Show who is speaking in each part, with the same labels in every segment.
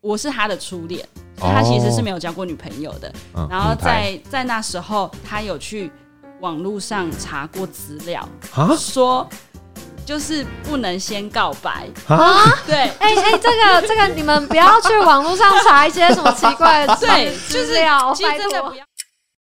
Speaker 1: 我是他的初恋，所以他其实是没有交过女朋友的。然后在那时候，他有去网络上查过资料，说就是不能先告白啊！对，
Speaker 2: 这个你们不要去网络上查一些什么奇怪的资料，
Speaker 1: 其实真的不要。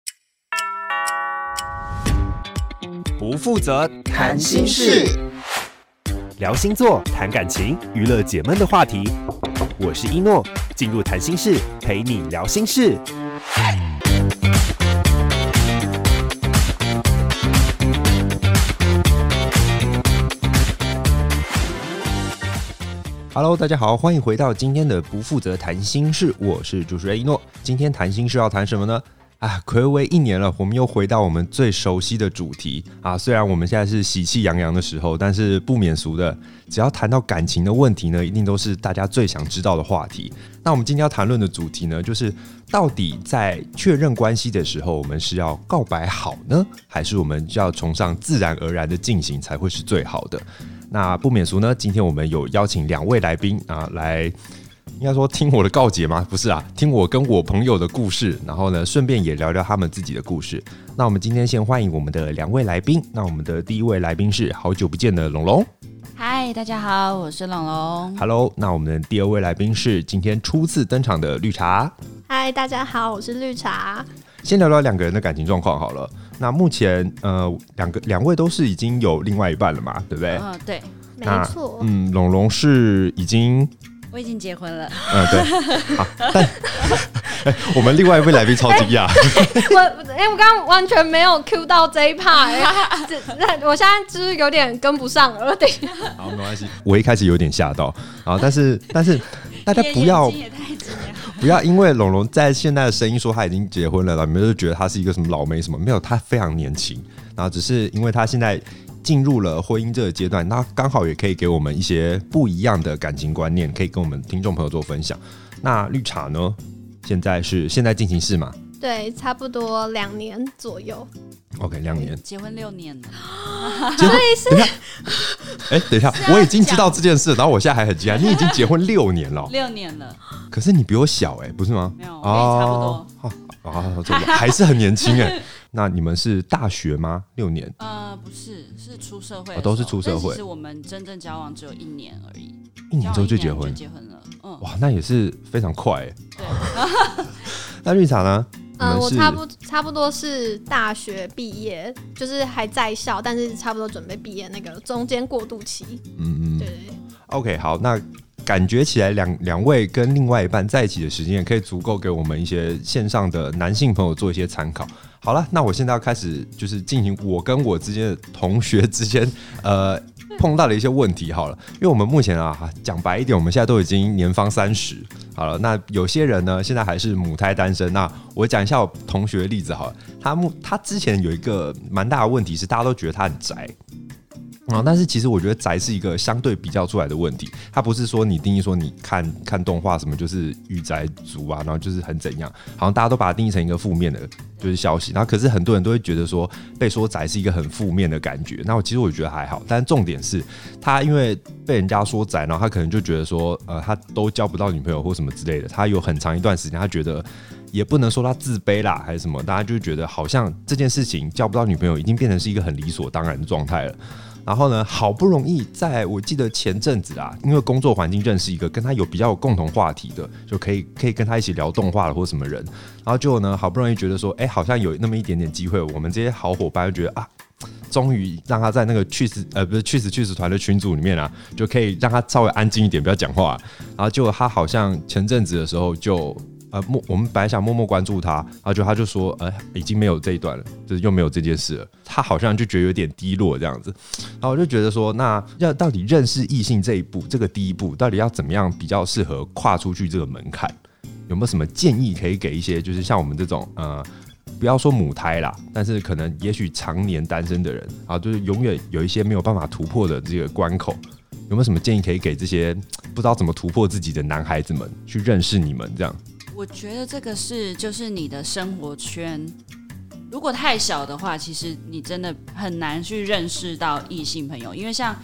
Speaker 3: 不负责谈心事，聊星座、谈感情、娱乐解闷的话题。我是一诺，进入谈心事，陪你聊心事。Hello， 大家好，欢迎回到今天的不负责谈心事，我是主持人一诺。今天谈心事要谈什么呢？睽违1年了，我们又回到我们最熟悉的主题啊！虽然我们现在是喜气洋洋的时候，但是不免俗的，只要谈到感情的问题呢，一定都是大家最想知道的话题。那我们今天要谈论的主题呢，就是到底在确认关系的时候，我们是要告白好呢，还是我们就要崇尚自然而然的进行才会是最好的？那不免俗呢，今天我们有邀请2位来宾啊，来应该说听我的告解吗？不是啊，听我跟我朋友的故事，然后呢，顺便也聊聊他们自己的故事。那我们今天先欢迎我们的2位来宾。那我们的第一位来宾是好久不见的龙龙。
Speaker 1: 嗨，大家好，我是龙龙。
Speaker 3: Hello， 那我们的第2位来宾是今天初次登场的绿茶。
Speaker 2: 嗨，大家好，我是绿茶。
Speaker 3: 先聊聊2个人的感情状况好了。那目前两位都是已经有另外一半了嘛，对不对？
Speaker 1: 对，
Speaker 2: 没错。
Speaker 3: 龙龙是
Speaker 1: 我已经结婚了。
Speaker 3: 对，好，但我们另外一位来宾超惊讶。
Speaker 2: 我刚刚完全没有 cue 到这一 part， 我现在就是有点跟不上了。
Speaker 3: 好，没关系。我一开始有点吓到，然后但是大家不要因为龙龙在现在的声音说他已经结婚了，你们就觉得他是一个什么老妹什么？没有，他非常年轻，然后只是因为他现在进入了婚姻这个阶段，那刚好也可以给我们一些不一样的感情观念，可以跟我们听众朋友做分享。那绿茶呢？现在进行式嘛？
Speaker 2: 对，差不多2年左右。
Speaker 3: OK， 2年，
Speaker 1: 结婚6年了。
Speaker 2: 所以是，
Speaker 3: 等一下，我已经知道这件事，然后我现在还很惊讶，你已经结婚6年了。
Speaker 1: 6年了。
Speaker 3: 可是你比我小不是吗？
Speaker 1: 没有，我跟你差不多。
Speaker 3: 还是很年轻那你们是大学吗？6年？
Speaker 1: 不是，是出社会
Speaker 3: 都是出社会。
Speaker 1: 其实我们真正交往只有1年而已。
Speaker 3: 1年之后就结婚
Speaker 1: 了。
Speaker 3: 哇，那也是非常快对。那绿茶呢？
Speaker 2: 我差不多是大学毕业，就是还在校，但是差不多准备毕业那个中间过渡期。对。
Speaker 3: OK， 好，那感觉起来两位跟另外一半在一起的时间也可以足够给我们一些线上的男性朋友做一些参考。好了，那我现在要开始就是进行我跟我之间的同学之间碰到的一些问题好了，因为我们目前讲白一点，我们现在都已经年方30好了。那有些人呢，现在还是母胎单身。那我讲一下我同学的例子好了，他之前有一个蛮大的问题是，大家都觉得他很宅。但是其实我觉得宅是一个相对比较出来的问题，它不是说你定义说你看动画什么就是御宅族啊，然后就是很怎样，好像大家都把它定义成一个负面的就是消息，然后可是很多人都会觉得说被说宅是一个很负面的感觉。那其实我觉得还好，但是重点是他因为被人家说宅，然后他可能就觉得说他都交不到女朋友或什么之类的，他有很长一段时间他觉得也不能说他自卑啦还是什么，大家就觉得好像这件事情交不到女朋友已经变成是一个很理所当然的状态了。然后呢，好不容易在我记得前阵子因为工作环境认识一个跟他比较有共同话题的，就可以跟他一起聊动画的或什么人，然后就呢好不容易觉得说，好像有那么一点点机会，我们这些好伙伴就觉得终于让他在那个去死团的群组里面就可以让他稍微安静一点，不要讲话。然后结果他好像前阵子的时候就我们本来想默默关注他，然后他就说已经没有这一段了，就是又没有这件事了。他好像就觉得有点低落这样子，然后我就觉得说，那要到底认识异性这个第一步，到底要怎么样比较适合跨出去这个门槛？有没有什么建议可以给一些就是像我们这种不要说母胎啦，但是可能也许常年单身的人就是永远有一些没有办法突破的这个关口，有没有什么建议可以给这些不知道怎么突破自己的男孩子们去认识你们这样？
Speaker 1: 我觉得这个就是你的生活圈，如果太小的话，其实你真的很难去认识到异性朋友，因为像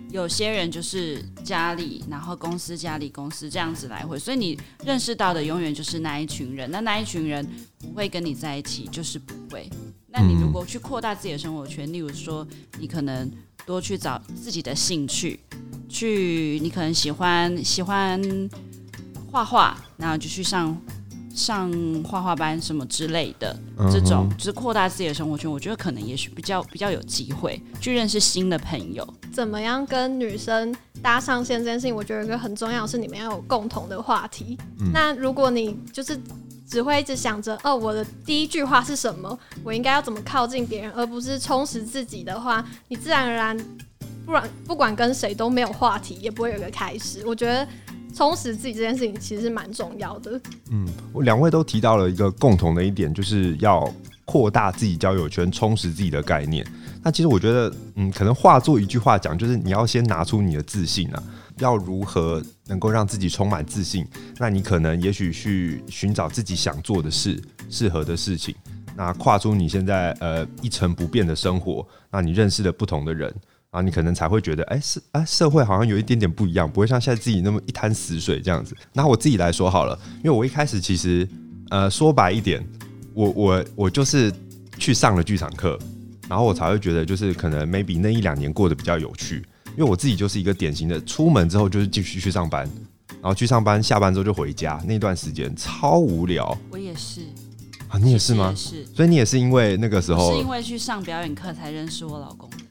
Speaker 1: 有些人就是家里，然后公司家里公司这样子来回，所以你认识到的永远就是那一群人，那一群人不会跟你在一起，就是不会。那你如果去扩大自己的生活圈，例如说你可能多去找自己的兴趣，你可能喜欢画画，然后就去上画画班什么之类的，这种就是扩大自己的生活圈，我觉得可能也许比较有机会去认识新的朋友。
Speaker 2: 怎么样跟女生搭上线这件事情，我觉得有一个很重要的是你们要有共同的话题。那如果你就是只会一直想着我的第一句话是什么，我应该要怎么靠近别人，而不是充实自己的话，你自然而然不管跟谁都没有话题，也不会有一个开始。我觉得充实自己这件事情其实是蛮重要的。
Speaker 3: 两位都提到了一个共同的一点，就是要扩大自己交友圈，充实自己的概念。那其实我觉得，可能化作一句话讲，就是你要先拿出你的自信啊，要如何能够让自己充满自信。那你可能也许去寻找自己想做的事，适合的事情，那跨出你现在一成不变的生活，那你认识了不同的人。然后你可能才会觉得，社会好像有一点点不一样，不会像现在自己那么一滩死水这样子。那我自己来说好了，因为我一开始其实，说白一点，我就是去上了剧场课，然后我才会觉得，就是可能 maybe 那1-2年过得比较有趣。因为我自己就是一个典型的，出门之后就是继续去上班，然后去上班，下班之后就回家，那段时间超无聊。
Speaker 1: 我也是。
Speaker 3: 啊，你也是吗？
Speaker 1: 是。
Speaker 3: 所以你也是因为那个时候，
Speaker 1: 我是因为去上表演课才认识我老公的。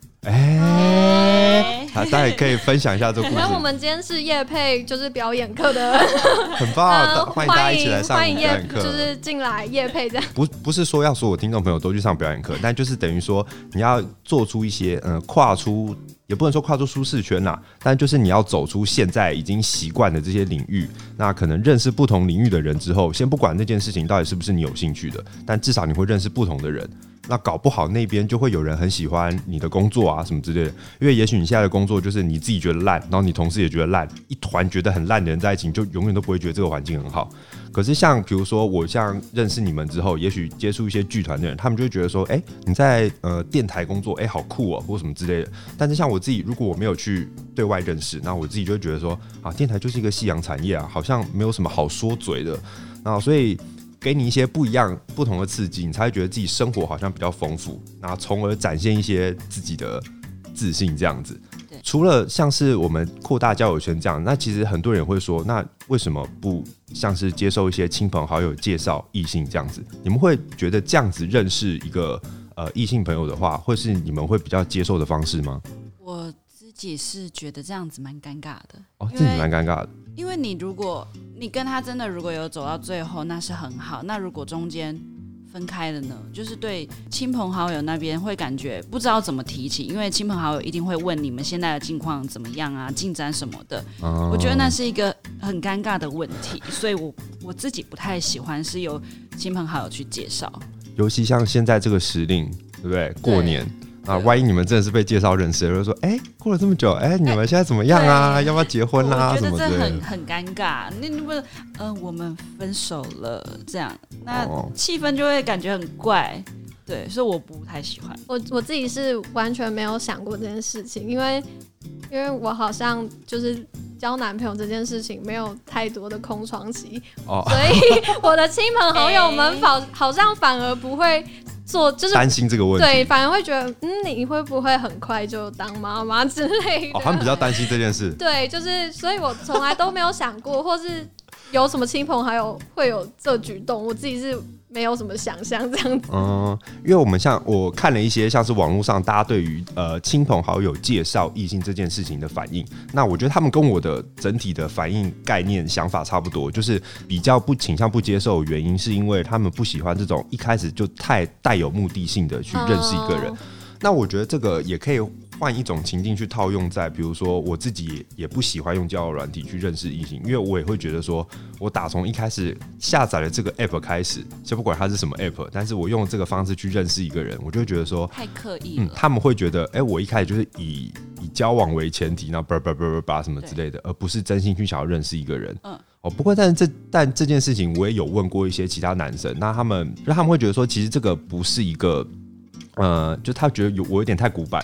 Speaker 3: 大家也可以分享一下这个故事。
Speaker 2: 那我们今天是业配，就是表演课的，
Speaker 3: 很棒，欢迎大家一起来上表演课，
Speaker 2: 就是进来业配这样。
Speaker 3: 不是说要所有听众朋友都去上表演课，但就是等于说你要做出一些跨出，也不能说跨出舒适圈啦，但就是你要走出现在已经习惯的这些领域，那可能认识不同领域的人之后，先不管那件事情到底是不是你有兴趣的，但至少你会认识不同的人。那搞不好那边就会有人很喜欢你的工作啊什么之类的，因为也许你现在的工作就是你自己觉得烂，然后你同事也觉得烂，一团觉得很烂的人在一起，你就永远都不会觉得这个环境很好。可是像比如说我像认识你们之后，也许接触一些剧团的人，他们就会觉得说，你在电台工作，好酷哦，或什么之类的。但是像我自己，如果我没有去对外认识，那我自己就会觉得说，啊，电台就是一个夕阳产业啊，好像没有什么好说嘴的。然后所以给你一些不一样、不同的刺激，你才会觉得自己生活好像比较丰富，然后从而展现一些自己的自信这样子。除了像是我们扩大交友圈这样，那其实很多人会说，那为什么不像是接受一些亲朋好友介绍异性这样子？你们会觉得这样子认识一个异性朋友的话，会是你们会比较接受的方式吗？
Speaker 1: 我自己是觉得这样子蛮尴尬的。
Speaker 3: 自己蛮尴尬的。
Speaker 1: 因为你如果你跟他真的如果有走到最后，那是很好。那如果中间分开了呢？就是对亲朋好友那边会感觉不知道怎么提起，因为亲朋好友一定会问你们现在的境况怎么样啊，进展什么的。我觉得那是一个很尴尬的问题，所以我自己不太喜欢是由亲朋好友去介绍。
Speaker 3: 尤其像现在这个时令，对不对？过年。啊，万一你们真的是被介绍认识的，就说过了这么久，你们现在怎么样啊？要不要结婚啦？
Speaker 1: 我觉得这很尴尬。你不是我们分手了这样，那气氛就会感觉很怪。对，所以我不太喜欢。
Speaker 2: 我自己是完全没有想过这件事情，因为我好像就是交男朋友这件事情没有太多的空窗期，所以我的亲朋好友们好像反而不会做，就是
Speaker 3: 担心这个问题，
Speaker 2: 对，反而会觉得你会不会很快就当妈妈之类的。
Speaker 3: 他们比较担心这件事。
Speaker 2: 对，就是所以我从来都没有想过，或是有什么亲朋好友会有这举动，我自己是没有什么想象这样子。
Speaker 3: 因为我看了一些像是网络上大家对于亲朋好友介绍异性这件事情的反应，那我觉得他们跟我的整体的反应概念想法差不多，就是比较不倾向不接受的原因是因为他们不喜欢这种一开始就太带有目的性的去认识一个人。那我觉得这个也可以换一种情境去套用在，比如说我自己也不喜欢用交友软体去认识异性，因为我也会觉得说，我打从一开始下载了这个 app 开始，就不管它是什么 app， 但是我用这个方式去认识一个人，我就会觉得说
Speaker 1: 太刻意了。
Speaker 3: 他们会觉得，我一开始就是以交往为前提，然后什么之类的，而不是真心去想要认识一个人。不过但这件事情我也有问过一些其他男生，那他们会觉得说，其实这个不是一个。就他觉得我有点太古板，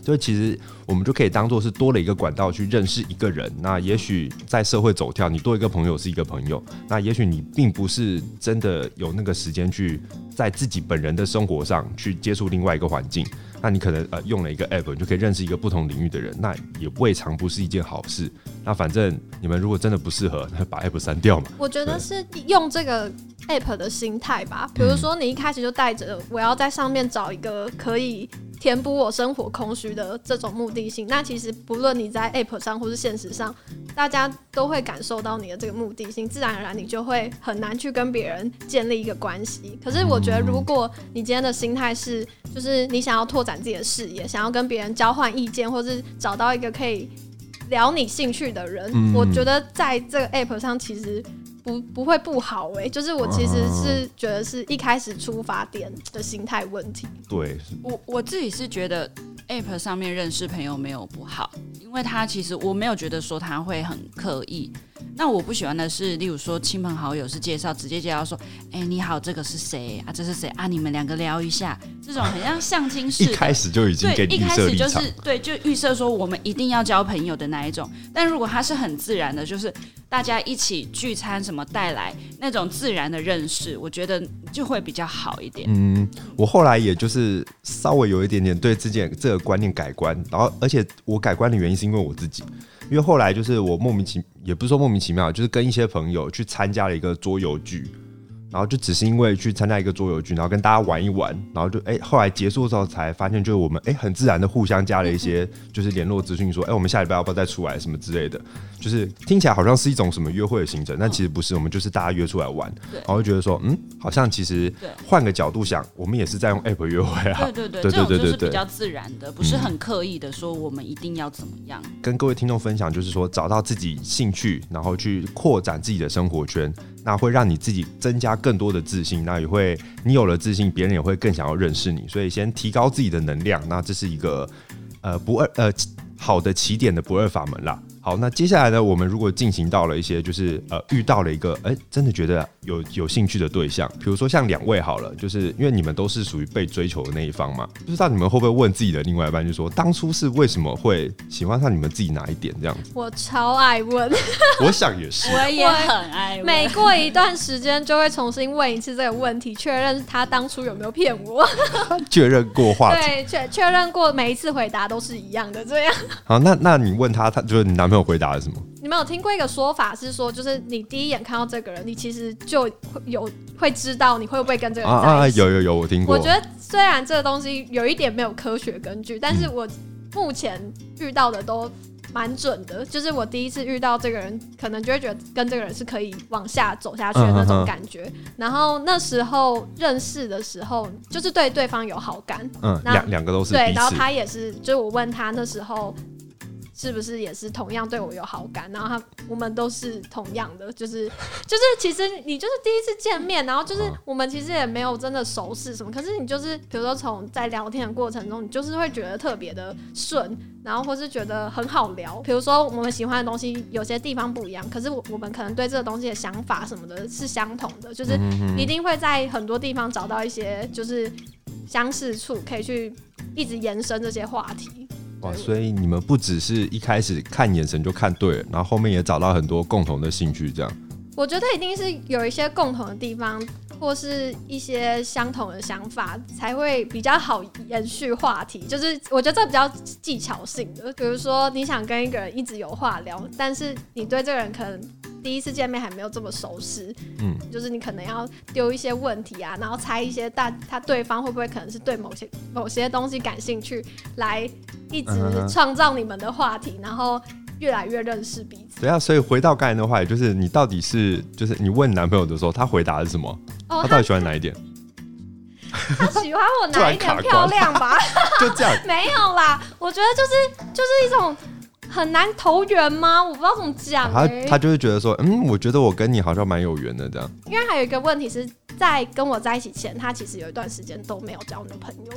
Speaker 3: 所以其实我们就可以当作是多了一个管道去认识一个人。那也许在社会走跳，你多一个朋友是一个朋友，那也许你并不是真的有那个时间去在自己本人的生活上去接触另外一个环境，那你可能用了一个 app， 你就可以认识一个不同领域的人，那也未尝不是一件好事。那反正你们如果真的不适合，那把 app 删掉嘛。
Speaker 2: 我觉得是用这个 app 的心态吧，比如说你一开始就带着我要在上面找一个可以填补我生活空虚的这种目的性，那其实不论你在 app 上或是现实上，大家都会感受到你的这个目的性，自然而然你就会很难去跟别人建立一个关系。可是我觉得如果你今天的心态是就是你想要拓展自己的视野，想要跟别人交换意见，或是找到一个可以聊你兴趣的人，我觉得在这个 app 上其实不会不好就是我其实是觉得是一开始出发点的心态问题。
Speaker 3: 对，
Speaker 1: 我自己是觉得 app 上面认识朋友没有不好，因为他其实我没有觉得说他会很刻意。那我不喜欢的是，例如说亲朋好友是直接介绍说，你好，这个是谁啊？这是谁啊？你们两个聊一下，这种很像相亲式的，
Speaker 3: 一开始就已经给你预设立场，
Speaker 1: 一开始就是对，就预设说我们一定要交朋友的那一种。但如果他是很自然的，就是大家一起聚餐什么带来那种自然的认识，我觉得就会比较好一点。
Speaker 3: 我后来也就是稍微有一点点对这个观念改观，然后而且我改观的原因是因为我自己。因为后来就是我也不是说莫名其妙，就是跟一些朋友去参加了一个桌游剧，然后就只是因为去参加一个桌游剧，然后跟大家玩一玩，然后就后来结束之后才发现，就是我们很自然的互相加了一些就是联络资讯，说我们下礼拜要不要再出来什么之类的，就是听起来好像是一种什么约会的行程，但其实不是，我们就是大家约出来玩，然后就觉得说好像其实换个角度想，我们也是在用 app 约会啊，
Speaker 1: 对，这种就是比较自然的，不是很刻意的说我们一定要怎么样。
Speaker 3: 跟各位听众分享就是说，找到自己兴趣，然后去扩展自己的生活圈，那会让你自己增加更多的自信，那也会你有了自信，别人也会更想要认识你，所以先提高自己的能量，那这是一个好的起点的不二法门啦。好，那接下来呢，我们如果进行到了一些就是遇到了一个真的觉得有兴趣的对象，比如说像2位好了，就是因为你们都是属于被追求的那一方嘛，不知道你们会不会问自己的另外一半，就是说当初是为什么会喜欢上你们自己哪一点这样子？
Speaker 2: 我超爱问，
Speaker 3: 我想也是，
Speaker 1: 我也很爱问，
Speaker 2: 每过一段时间就会重新问一次这个问题，确认他当初有没有骗我，
Speaker 3: 确认过话题，
Speaker 2: 对，确认过每一次回答都是一样的这样。
Speaker 3: 好，那你问他就是你男朋友回答了什么？
Speaker 2: 你们有听过一个说法是说，就是你第一眼看到这个人，你其实就会知道你会不会跟这个人在一起。
Speaker 3: 有，我听过。
Speaker 2: 我觉得虽然这个东西有一点没有科学根据，但是我目前遇到的都蛮准的。就是我第一次遇到这个人，可能就会觉得跟这个人是可以往下走下去的那种感觉。然后那时候认识的时候，就是对对方有好感。
Speaker 3: 两个都是
Speaker 2: 对，然后他也是，就是我问他那时候是不是也是同样对我有好感，然后我们都是同样的，就是其实你就是第一次见面，然后就是我们其实也没有真的熟识什么，可是你就是比如说从在聊天的过程中，你就是会觉得特别的顺，然后或是觉得很好聊。比如说我们喜欢的东西有些地方不一样，可是我们可能对这个东西的想法什么的是相同的，就是一定会在很多地方找到一些就是相似处，可以去一直延伸这些话题。
Speaker 3: 哇，所以你们不只是一开始看眼神就看对了，然后后面也找到很多共同的兴趣，这样。
Speaker 2: 我觉得一定是有一些共同的地方，或是一些相同的想法，才会比较好延续话题。就是我觉得这比较技巧性的，比如说你想跟一个人一直有话聊，但是你对这个人可能第一次见面还没有这么熟识，就是你可能要丢一些问题啊，然后猜一些他对方会不会可能是对某些东西感兴趣，来一直创造你们的话题，然后越来越认识彼此。
Speaker 3: 对啊，所以回到刚才的话，也就是你到底是就是你问男朋友的时候，他回答的是什么？他到底喜欢哪一点？
Speaker 2: 他喜欢我哪一点漂亮吧？
Speaker 3: 就这样？
Speaker 2: 没有啦，我觉得就是一种很难投缘吗？我不知道怎么讲。
Speaker 3: 他就会觉得说，我觉得我跟你好像蛮有缘的这样。
Speaker 2: 因为还有一个问题是在跟我在一起前，他其实有一段时间都没有交女朋友。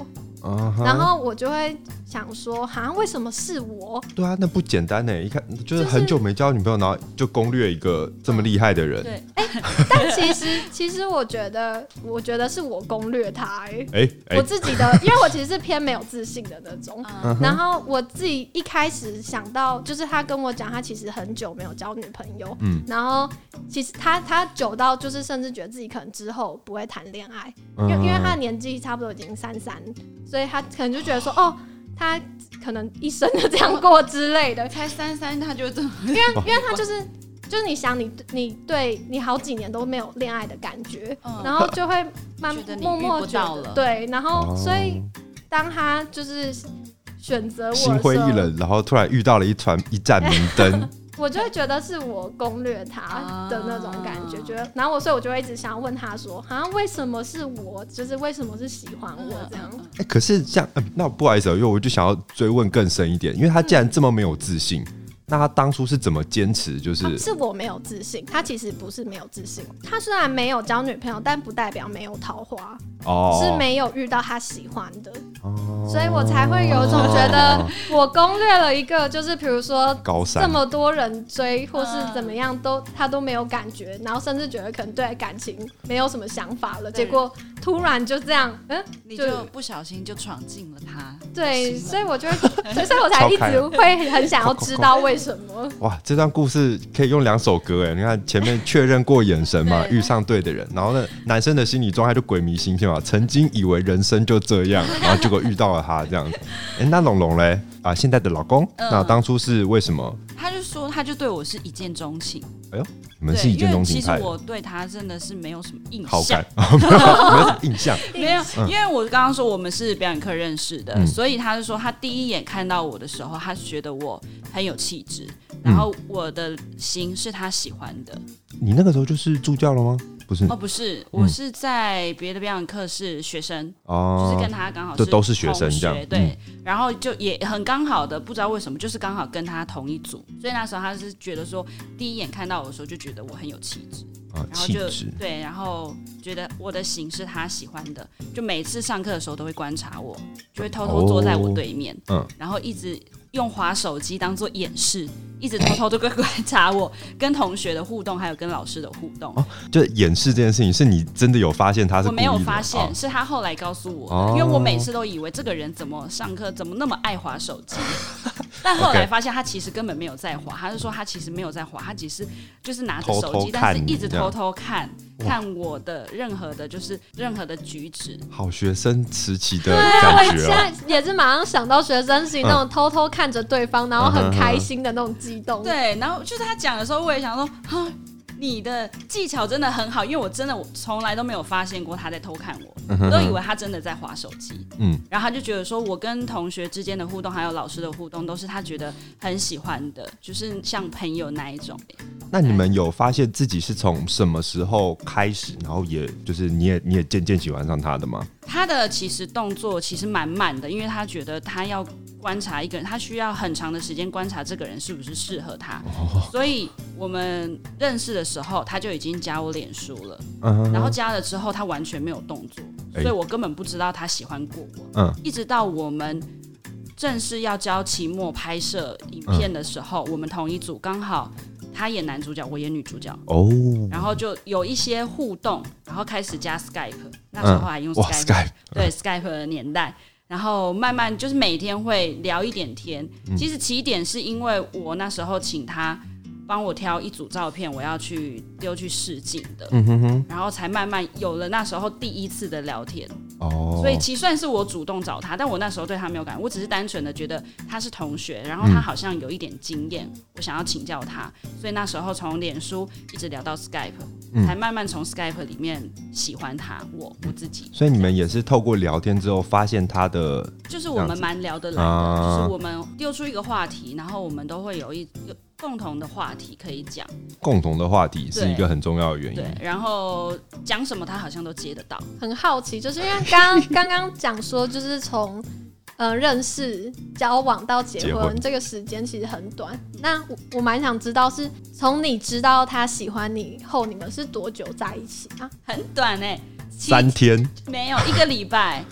Speaker 2: 然后我就会想说，哈，为什么是我？
Speaker 3: 对啊，那不简单呢。一看就是很久没交女朋友，然后就攻略一个这么厉害的人。
Speaker 2: 对，但其实我觉得是我攻略他。我自己的，因为我其实是偏没有自信的那种。然后我自己一开始想到，就是他跟我讲，他其实很久没有交女朋友。然后其实他久到就是甚至觉得自己可能之后不会谈恋爱，因为他的年纪差不多已经33，所以他可能就觉得说，哦，他可能一生就这样过之类的。
Speaker 1: 才33他就这么，
Speaker 2: 因为他就是你想你对你好几年都没有恋爱的感觉，然后就会默默觉得对，然后所以当他就是选择我
Speaker 3: 心灰意冷，然后突然遇到了一盏明灯。
Speaker 2: 我就会觉得是我攻略他的那种感觉，觉得，然后所以我就会一直想要问他说，为什么是我？就是为什么是喜欢我这样？
Speaker 3: 可是像那不好意思，因为我就想要追问更深一点，因为他既然这么没有自信。那他当初是怎么坚持？
Speaker 2: 是我没有自信，他其实不是没有自信。他虽然没有交女朋友，但不代表没有桃花，是没有遇到他喜欢的，所以我才会有种觉得我攻略了一个，就是比如说这么多人追或是怎么样他都没有感觉，然后甚至觉得可能对感情没有什么想法了，结果突然就这样，
Speaker 1: 你就不小心就闯进了他。
Speaker 2: 对，所以我就会，所以我才一直会很想要知道为什么。
Speaker 3: 哇，这段故事可以用2首歌哎！你看前面确认过眼神嘛，遇上对的人，然后呢，男生的心理状态就鬼迷心窍嘛，曾经以为人生就这样，然后结果遇到了他这样子。那龙龙嘞现在的老公，那当初是为什么？
Speaker 1: 他就说，他就对我是一见钟情。
Speaker 3: 哎呦，你们是一见钟情派的？
Speaker 1: 其实我对他真的是没有什么印象，
Speaker 3: 好感，没有什么印象，
Speaker 1: 没有，因为我刚刚说我们是表演课认识的，所以他就说他第一眼看到我的时候，他觉得我很有气质，然后我的型是他喜欢的。
Speaker 3: 你那个时候就是助教了吗？不是
Speaker 1: 不是，我是在别的表演课是学生，就是跟他刚好是
Speaker 3: 都是学生这样，
Speaker 1: 对，然后就也很刚好的，不知道为什么，就是刚好跟他同一组，所以那时候他是觉得说，第一眼看到我的时候就觉得我很有气质，然后就对，然后觉得我的型是他喜欢的，就每次上课的时候都会观察我，就会偷偷坐在我对面，然后一直用滑手机当做掩饰，一直偷偷就会观察我跟同学的互动，还有跟老师的互动。
Speaker 3: 就掩饰这件事情，是你真的有发现他是故意的？
Speaker 1: 我没有发现，是他后来告诉我的，因为我每次都以为这个人怎么上课怎么那么爱滑手机，但后来发现他其实根本没有在滑，他是说他其实没有在滑，他只是就是拿着手机，但是一直偷偷看我的任何的举止。好
Speaker 3: 学生时期的感觉。
Speaker 2: 我现在也是马上想到学生时期那种偷偷看着对方，然后很开心的那种激动。
Speaker 1: 对，然后就是他讲的时候，我也想说，你的技巧真的很好，因为我从来都没有发现过他在偷看我，都以为他真的在滑手机。然后他就觉得说我跟同学之间的互动，还有老师的互动，都是他觉得很喜欢的，就是像朋友那一种。
Speaker 3: 那你们有发现自己是从什么时候开始，然后也就是你也渐渐喜欢上他的吗？
Speaker 1: 他的其实动作其实蛮慢的，因为他觉得他要观察一个人，他需要很长的时间观察这个人是不是适合他，所以我们认识的时候他就已经加我脸书了，然后加了之后他完全没有动作，所以我根本不知道他喜欢过我，一直到我们正式要交期末拍摄影片的时候，我们同一组，刚好他演男主角，我演女主角，然后就有一些互动，然后开始加 Skype， 那时候还用 Skype， 对 Skype 的年代，然后慢慢就是每天会聊一点天。其实起点是因为我那时候请他帮我挑一组照片，我要去丢去试镜的，然后才慢慢有了那时候第一次的聊天。所以其实算是我主动找他，但我那时候对他没有感觉，我只是单纯的觉得他是同学，然后他好像有一点经验，我想要请教他，所以那时候从脸书一直聊到 Skype，才慢慢从 Skype 里面喜欢他，我自己。
Speaker 3: 所以你们也是透过聊天之后发现他的，
Speaker 1: 就是我们蛮聊得来的，就是我们丢出一个话题，然后我们都会有共同的话题可以讲，
Speaker 3: 共同的话题是一个很重要的原因。
Speaker 1: 对，然后讲什么他好像都接得到。
Speaker 2: 很好奇，就是因为刚刚讲说，就是从认识、交往到结婚这个时间其实很短。那我蛮想知道，是从你知道他喜欢你后，你们是多久在一起啊？
Speaker 1: 很短
Speaker 3: 3天，
Speaker 1: 没有1个礼拜。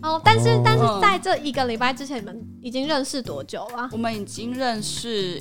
Speaker 2: 但是在这1个礼拜之前，你们已经认识多久了？
Speaker 1: 我们已经认识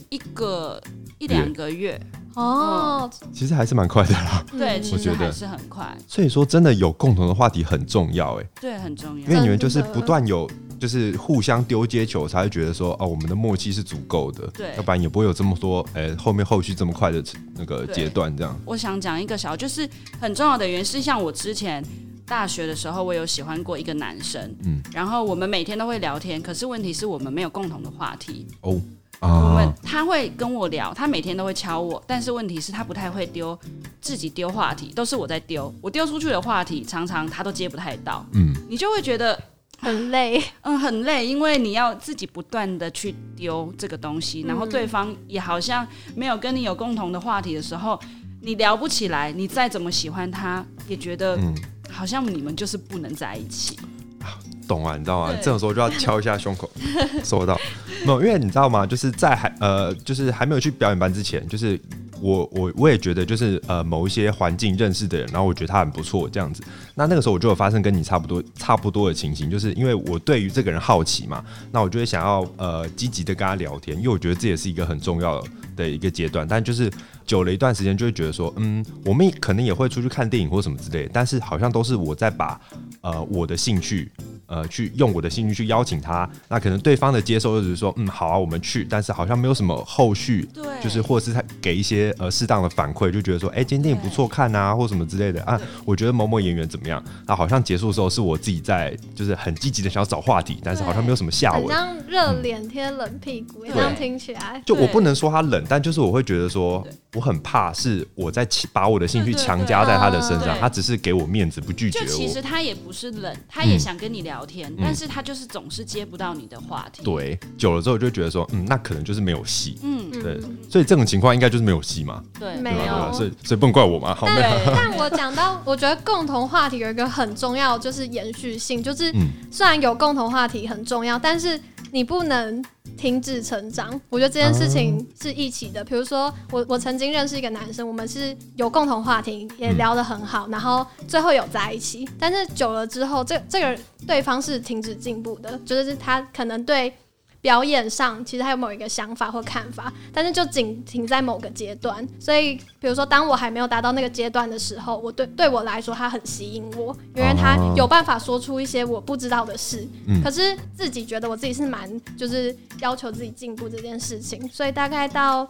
Speaker 1: 1-2个月。
Speaker 3: 其实还是蛮快的啦。
Speaker 1: 对，其实还是很快。
Speaker 3: 所以说，真的有共同的话题很重要，
Speaker 1: 对，很重要。
Speaker 3: 因为你们就是不断有，就是互相丢接球，才会觉得说，我们的默契是足够的。
Speaker 1: 对，
Speaker 3: 要不然也不会有这么多，后续这么快的那个阶段这样。
Speaker 1: 我想讲一个就是很重要的原因是，像我之前大学的时候，我有喜欢过一个男生，然后我们每天都会聊天，可是问题是我们没有共同的话题。他会跟我聊，他每天都会敲我，但是问题是他不太会自己丢话题，都是我在丢。我丢出去的话题，常常他都接不太到。你就会觉得
Speaker 2: 很累，
Speaker 1: 很累，因为你要自己不断的去丢这个东西，然后对方也好像没有跟你有共同的话题的时候，你聊不起来，你再怎么喜欢他，也觉得好像你们就是不能在一起。
Speaker 3: 懂啊，你知道吗？这种时候就要敲一下胸口，收到。没有，因为你知道吗？就是在就是还没有去表演班之前，就是我也觉得就是某一些环境认识的人，然后我觉得他很不错这样子。那个时候我就有发生跟你差不多的情形，就是因为我对于这个人好奇嘛，那我就会想要积极的跟他聊天，因为我觉得这也是一个很重要的一个阶段。但就是久了一段时间，就会觉得说，我们可能也会出去看电影或什么之类的，但是好像都是我在把我的兴趣。去用我的兴趣去邀请他，那可能对方的接受就是说，好啊，我们去，但是好像没有什么后续，就是或者是他给一些适当的反馈，就觉得说，今天电影不错看啊，或什么之类的啊，我觉得某某演员怎么样，那好像结束的时候是我自己在就是很积极的想要找话题，但是好像没有什么下文，
Speaker 2: 很像热脸贴冷屁股，这样听起来，
Speaker 3: 就我不能说他冷，但就是我会觉得说，我很怕是我在把我的兴趣强加在他的身上，他只是给我面子不拒绝我，
Speaker 1: 就其实他也不是冷，他也想跟你聊天，但是他就是总是接不到你的话题。
Speaker 3: 对，久了之后就觉得说，那可能就是没有戏。对，所以这种情况应该就是没有戏嘛。
Speaker 2: 对，没有，
Speaker 3: 所以不能怪我嘛。
Speaker 2: 但我讲到，我觉得共同话题有一个很重要，就是延续性，就是虽然有共同话题很重要，但是你不能停止成长。我觉得这件事情是一起的。比如说我曾经认识一个男生，我们是有共同话题，也聊得很好，然后最后有在一起。但是久了之后，这个对方是停止进步的，就是他可能对表演上其实还有某一个想法或看法，但是就仅停在某个阶段。所以比如说当我还没有达到那个阶段的时候，对我来说他很吸引我，因为他有办法说出一些我不知道的事，可是自己觉得我自己是蛮就是要求自己进步这件事情。所以大概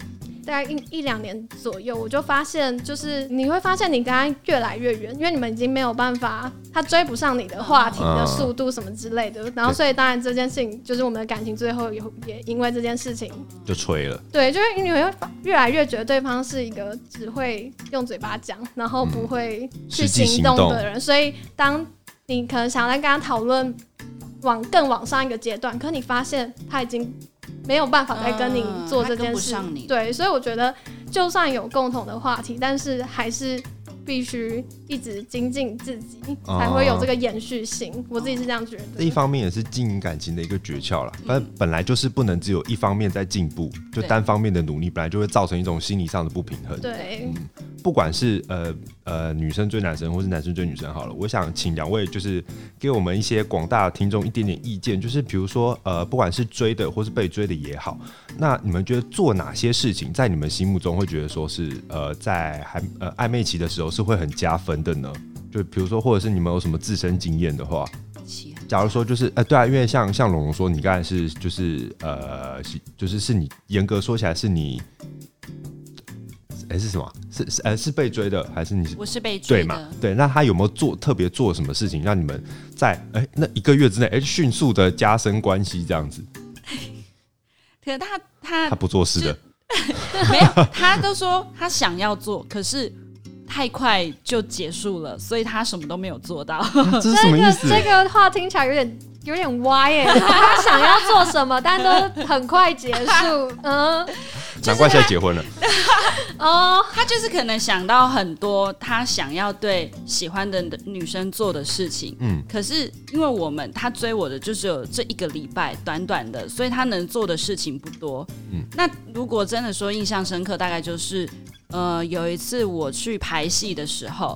Speaker 2: 1-2年左右，我就发现就是你会发现你跟他越来越远，因为你们已经没有办法，他追不上你的话题的速度什么之类的，然后所以当然这件事情就是我们的感情最后也因为这件事情
Speaker 3: 就吹了。
Speaker 2: 对，就是你会越来越觉得对方是一个只会用嘴巴讲，然后不会去行动的人，所以当你可能想要跟他讨论更往上一个阶段，可是你发现他已经没有办法再跟你做这件事，对，所以我觉得就算有共同的话题，但是还是必须一直精进自己，才会有这个延续性。我自己是这样觉得。
Speaker 3: 这一方面也是经营感情的一个诀窍啦。反正本来就是不能只有一方面在进步，就单方面的努力，本来就会造成一种心理上的不平衡。
Speaker 2: 对，
Speaker 3: 不管是女生追男生，或是男生追女生，好了，我想请两位就是给我们一些广大的听众一点点意见，就是比如说不管是追的或是被追的也好，那你们觉得做哪些事情在你们心目中会觉得说是在暧昧期的时候是会很加分的呢？就比如说，或者是你们有什么自身经验的话，假如说就是对啊，因为像龙龙说，你刚才是就是你严格说起来是你。是什么？是被追的，还是你？
Speaker 1: 我是被追的，
Speaker 3: 对嘛？对，那他有没有特别做什么事情，让你们在那1个月之内迅速的加深关系这样子？
Speaker 1: 可是他
Speaker 3: 不做事的，
Speaker 1: 没有，他都说他想要做，可是太快就结束了，所以他什么都没有做到。
Speaker 3: 这是什么意思？
Speaker 2: 这个话听起来有点歪耶，他想要做什么，但都很快结束。
Speaker 3: 难怪现在结婚了。
Speaker 1: 他就是可能想到很多他想要对喜欢的女生做的事情，可是因为他追我的就只有这1个礼拜短短的，所以他能做的事情不多。那如果真的说印象深刻，大概就是有一次我去排戏的时候，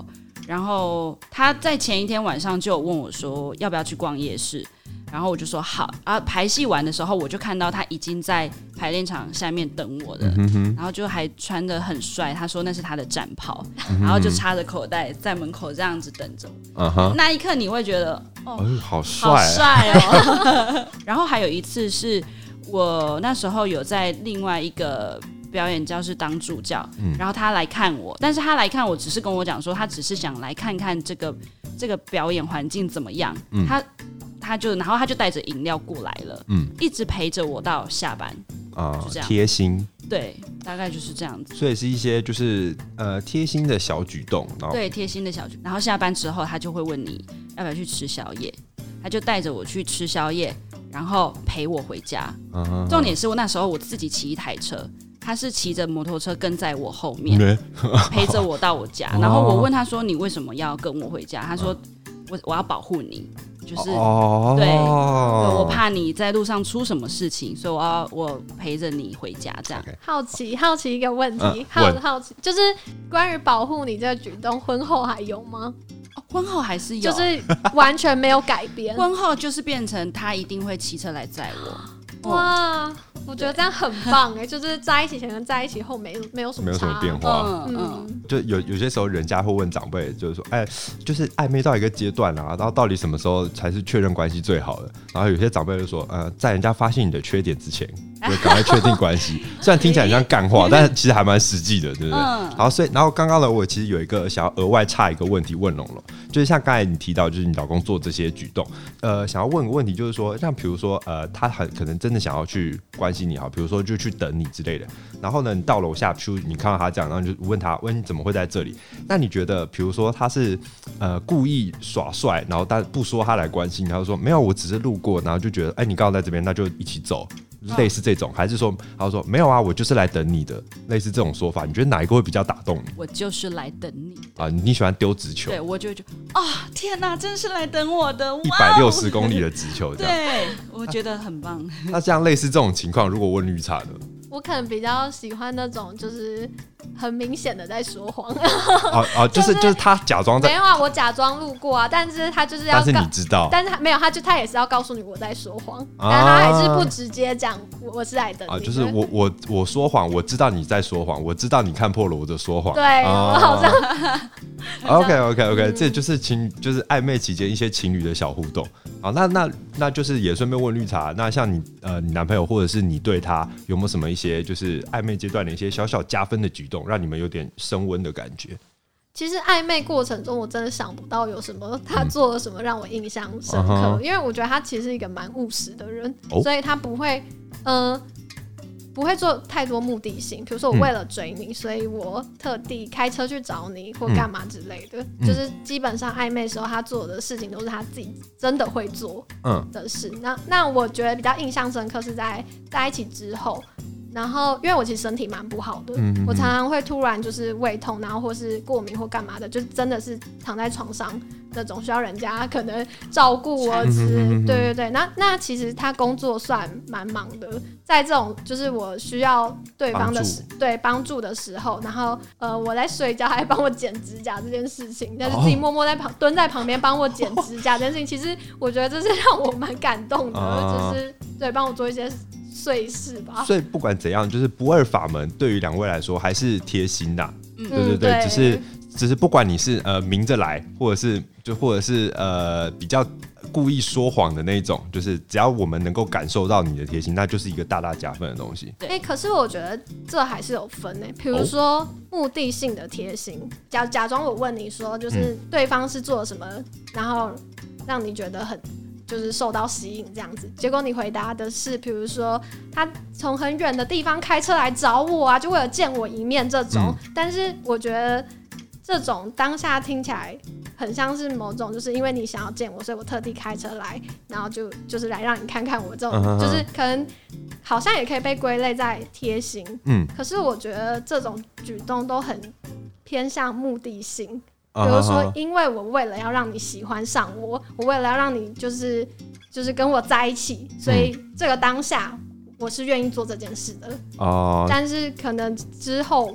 Speaker 1: 然后他在前一天晚上就有问我说要不要去逛夜市，然后我就说好啊。排戏完的时候，我就看到他已经在排练场下面等我了，然后就还穿得很帅，他说那是他的战袍，然后就插着口袋在门口这样子等着我。那一刻你会觉得
Speaker 3: 好帅，
Speaker 1: 好帅哦。然后还有一次是我那时候有在另外一个表演教室当助教，然后他来看我，但是他来看我只是跟我讲说他只是想来看看这个表演环境怎么样，然后他就带着饮料过来了，一直陪着我到下班就这样
Speaker 3: 贴心，
Speaker 1: 对，大概就是这样子。
Speaker 3: 所以是一些就是贴心的小举动，
Speaker 1: 对，贴心的小举动。然后下班之后他就会问你要不要去吃宵夜，他就带着我去吃宵夜，然后陪我回家。重点是我那时候我自己骑一台车，他是骑着摩托车跟在我后面，陪着我到我家。然后我问他说：“你为什么要跟我回家？”他说：“我要保护你，就是对，我怕你在路上出什么事情，所以我陪着你回家。”这样。
Speaker 2: 好奇一个问题，好奇就是关于保护你这个举动，婚后还有吗？
Speaker 1: 婚后还是有，
Speaker 2: 就是完全没有改变。
Speaker 1: 婚后就是变成他一定会骑车来载我。
Speaker 2: 哇，我觉得这样很棒哎，就是在一起前跟在一起后没有什么
Speaker 3: 变化。就有些时候人家会问长辈，就是说，就是暧昧到一个阶段啊，然后到底什么时候才是确认关系最好的？然后有些长辈就说，在人家发现你的缺点之前，就赶快确定关系。虽然听起来很像干话，但其实还蛮实际的，对不对？然后刚刚呢，我其实有一个想要额外插一个问题问龙龙，就是像刚才你提到，就是你老公做这些举动，想要问个问题，就是说，像比如说，他可能真的想要去关心你好，比如说就去等你之类的。然后呢，你到楼下去，你看到他这样，然后你就问他，你怎么会在这里？那你觉得，比如说他是故意耍帅，然后但不说他来关心，他就说没有，我只是路过，然后就觉得，你刚好在这边，那就一起走。类似这种，还是说他说没有啊，我就是来等你的，类似这种说法，你觉得哪一个会比较打动你？
Speaker 1: 我就是来等你
Speaker 3: 啊！你喜欢丢直球？
Speaker 1: 对，我就会觉得天哪，真是来等我的
Speaker 3: ，160公里的直球，这样
Speaker 1: 对，我觉得很棒。
Speaker 3: 那这样类似这种情况，如果问绿茶呢？
Speaker 2: 我可能比较喜欢那种就是很明显的在说谎
Speaker 3: 就是他假装在
Speaker 2: 没有啊，我假装路过啊，但是他就是要，
Speaker 3: 但是你知道，
Speaker 2: 但是他没有，他也是要告诉你我在说谎，但他还是不直接讲我是来等你
Speaker 3: 就是我说谎，我知道你在说谎，我知道你看破了我的说谎，
Speaker 2: 对，我好像
Speaker 3: OK，这就是就是暧昧期间一些情侣的小互动。好，那就是也顺便问绿茶，那像你男朋友或者是你对他有没有什么一些就是暧昧阶段的一些小小加分的举动，让你们有点升温的感觉？
Speaker 2: 其实暧昧过程中，我真的想不到有什么他做了什么让我印象深刻，因为我觉得他其实是一个蛮务实的人，所以他不会做太多目的性，比如说我为了追你，所以我特地开车去找你或干嘛之类的，就是基本上暧昧的时候他做的事情都是他自己真的会做的事。那我觉得比较印象深刻是在一起之后。然后，因为我其实身体蛮不好的，我常常会突然就是胃痛，然后或是过敏或干嘛的，就真的是躺在床上那种，需要人家可能照顾我对。那其实他工作算蛮忙的，在这种就是我需要对方的帮助的时候，然后我在睡觉还帮我剪指甲这件事情，但是自己默默蹲在旁边帮我剪指甲这件事情，其实我觉得这是让我蛮感动的，就是对帮我做一些碎事吧。
Speaker 3: 所以不管怎样，就是不二法门对于两位来说还是贴心的，对，只是不管你是明着来，或者是比较故意说谎的那种，就是只要我们能够感受到你的贴心，那就是一个大大加分的东西。
Speaker 2: 可是我觉得这还是有分比如说目的性的贴心，假装我问你说，就是对方是做了什么，然后让你觉得很。就是受到吸引这样子，结果你回答的是，比如说他从很远的地方开车来找我啊，就为了见我一面这种。但是我觉得这种当下听起来很像是某种，就是因为你想要见我，所以我特地开车来，然后就是来让你看看我这种，就是可能好像也可以被归类在贴心。可是我觉得这种举动都很偏向目的性。比如说，因为我为了要让你喜欢上我，我为了要让你就是跟我在一起，所以这个当下我是愿意做这件事的。但是可能之后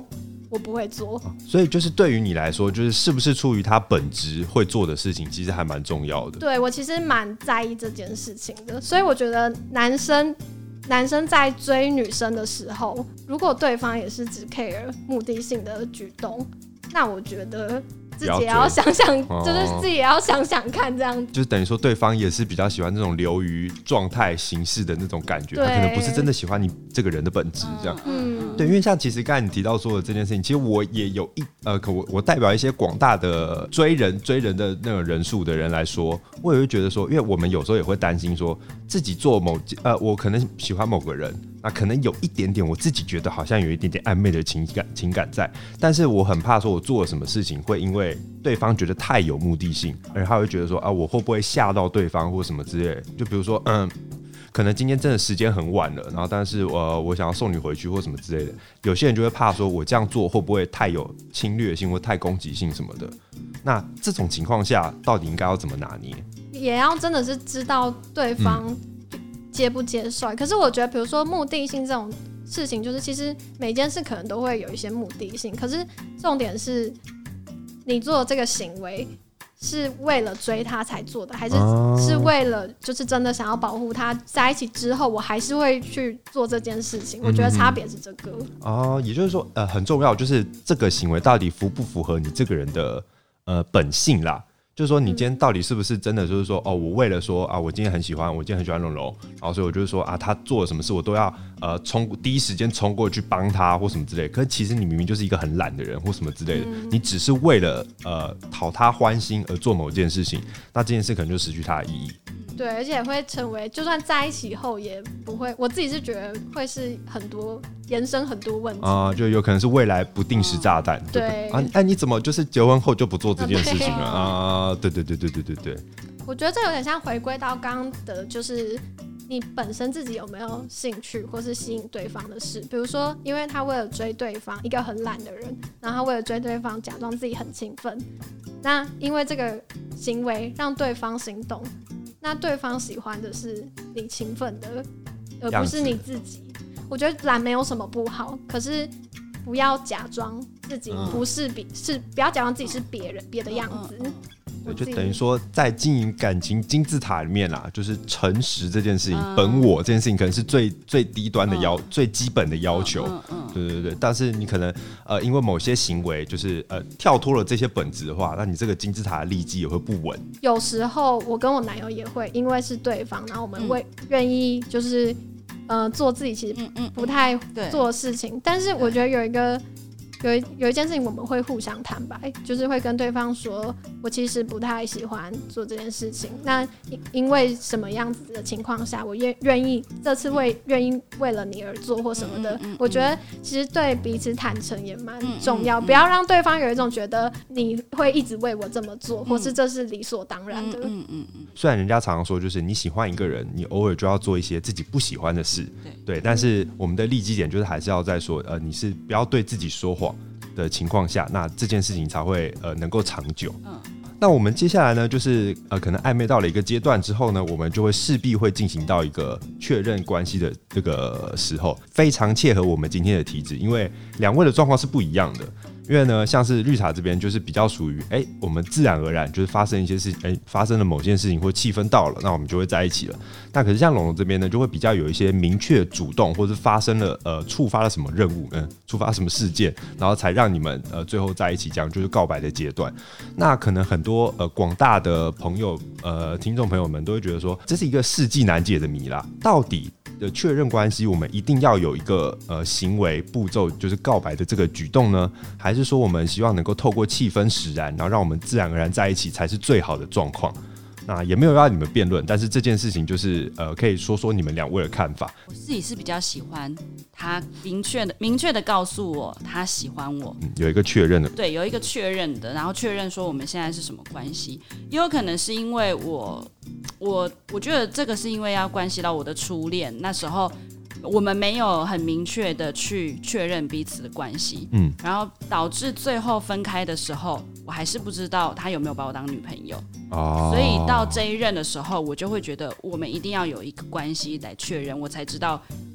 Speaker 2: 我不会做。
Speaker 3: 所以就是对于你来说，就是是不是出于他本质会做的事情，其实还蛮重要的。
Speaker 2: 对，我其实蛮在意这件事情的，所以我觉得男生在追女生的时候，如果对方也是只 care 目的性的举动，那我觉得自己也要想想，就是自己也要想想看，这样子
Speaker 3: 就是等于说对方也是比较喜欢那种流于状态形式的那种感觉，他可能不是真的喜欢你这个人的本质这样。对，因为像其实刚才你提到说的这件事情，其实我也有我代表一些广大的追人的那种人数的人来说，我也会觉得说，因为我们有时候也会担心说自己做我可能喜欢某个人，那可能有一点点我自己觉得好像有一点点暧昧的情感在，但是我很怕说我做了什么事情会因为对方觉得太有目的性，而他会觉得说我会不会吓到对方或什么之类的，就比如说可能今天真的时间很晚了，然后但是我想要送你回去或什么之类的，有些人就会怕说我这样做会不会太有侵略性或太攻击性什么的。那这种情况下到底应该要怎么拿捏？
Speaker 2: 也要真的是知道对方接不接受。可是我觉得比如说目的性这种事情，就是其实每件事可能都会有一些目的性，可是重点是你做的这个行为是为了追他才做的，还是是为了就是真的想要保护他，在一起之后我还是会去做这件事情。我觉得差别是这个
Speaker 3: 也就是说很重要，就是这个行为到底符不符合你这个人的本性啦。就是说你今天到底是不是真的就是说我为了说我今天很喜欢龙龙，然后所以我就是说他做了什么事我都要第一时间冲过去帮他或什么之类的，可是其实你明明就是一个很懒的人或什么之类的，你只是为了讨他欢心而做某件事情，那这件事可能就失去它的意义。
Speaker 2: 对，而且会成为就算在一起后也不会，我自己是觉得会是很多延伸很多问题
Speaker 3: 就有可能是未来不定时炸弹。
Speaker 2: 对
Speaker 3: 你怎么就是结婚后就不做这件事情了对。
Speaker 2: 我觉得这有点像回归到刚刚的，就是你本身自己有没有兴趣或是吸引对方的事。比如说因为他为了追对方，一个很懒的人，然后他为了追对方假装自己很勤奋，那因为这个行为让对方心动，那对方喜欢的是你勤奋的而不是你自己。我觉得懒没有什么不好，可是不要假装自己不是不要假装自己是别的样子。
Speaker 3: 对，就等于说在经营感情金字塔里面啦，就是诚实这件事情，本我这件事情可能是最低端的最基本的要求。对，但是你可能因为某些行为就是跳脱了这些本质的话，那你这个金字塔的立基也会不稳。有
Speaker 2: 时候我跟我男友也会因为是对方，然后我们会愿意就是做自己其实不太做的事情，但是我觉得有一件事情我们会互相坦白，就是会跟对方说我其实不太喜欢做这件事情，那因为什么样子的情况下我愿意这次愿意为了你而做或什么的。我觉得其实对彼此坦诚也蛮重要，不要让对方有一种觉得你会一直为我这么做，或是这是理所当然的。
Speaker 3: 虽然人家常常说就是你喜欢一个人，你偶尔就要做一些自己不喜欢的事，对，但是我们的立基点就是还是要在说你是不要对自己说谎的情况下，那这件事情才会能够长久。那我们接下来呢，就是可能暧昧到了一个阶段之后呢，我们就会势必会进行到一个确认关系的这个时候，非常切合我们今天的题旨，因为两位的状况是不一样的。因为呢，像是绿茶这边就是比较属于我们自然而然就是发生一些事情，发生了某件事情或气氛到了，那我们就会在一起了。那可是像龙龙这边呢，就会比较有一些明确主动，或是发生了触发了什么任务，触发什么事件，然后才让你们最后在一起，这样就是告白的阶段。那可能很多广大的朋友听众朋友们都会觉得说，这是一个世纪难解的谜啦，到底的确认关系，我们一定要有一个行为步骤，就是告白的这个举动呢，还是说我们希望能够透过气氛使然，然后让我们自然而然在一起才是最好的状况？那也没有要你们辩论，但是这件事情就是可以说说你们两位的看法。
Speaker 1: 我自己是比较喜欢他明确的告诉我他喜欢我，
Speaker 3: 有一个确认的，
Speaker 1: 对，有一个确认的，然后确认说我们现在是什么关系。也有可能是因为我觉得这个是因为要关系到我的初恋，那时候我们没有很明确的去确认彼此的关系，然后导致最后分开的时候，我还是不知道他有没有把我当女朋友，所以到这一任的时候，我就会觉得我们一定要有一个关系来确认，我才知道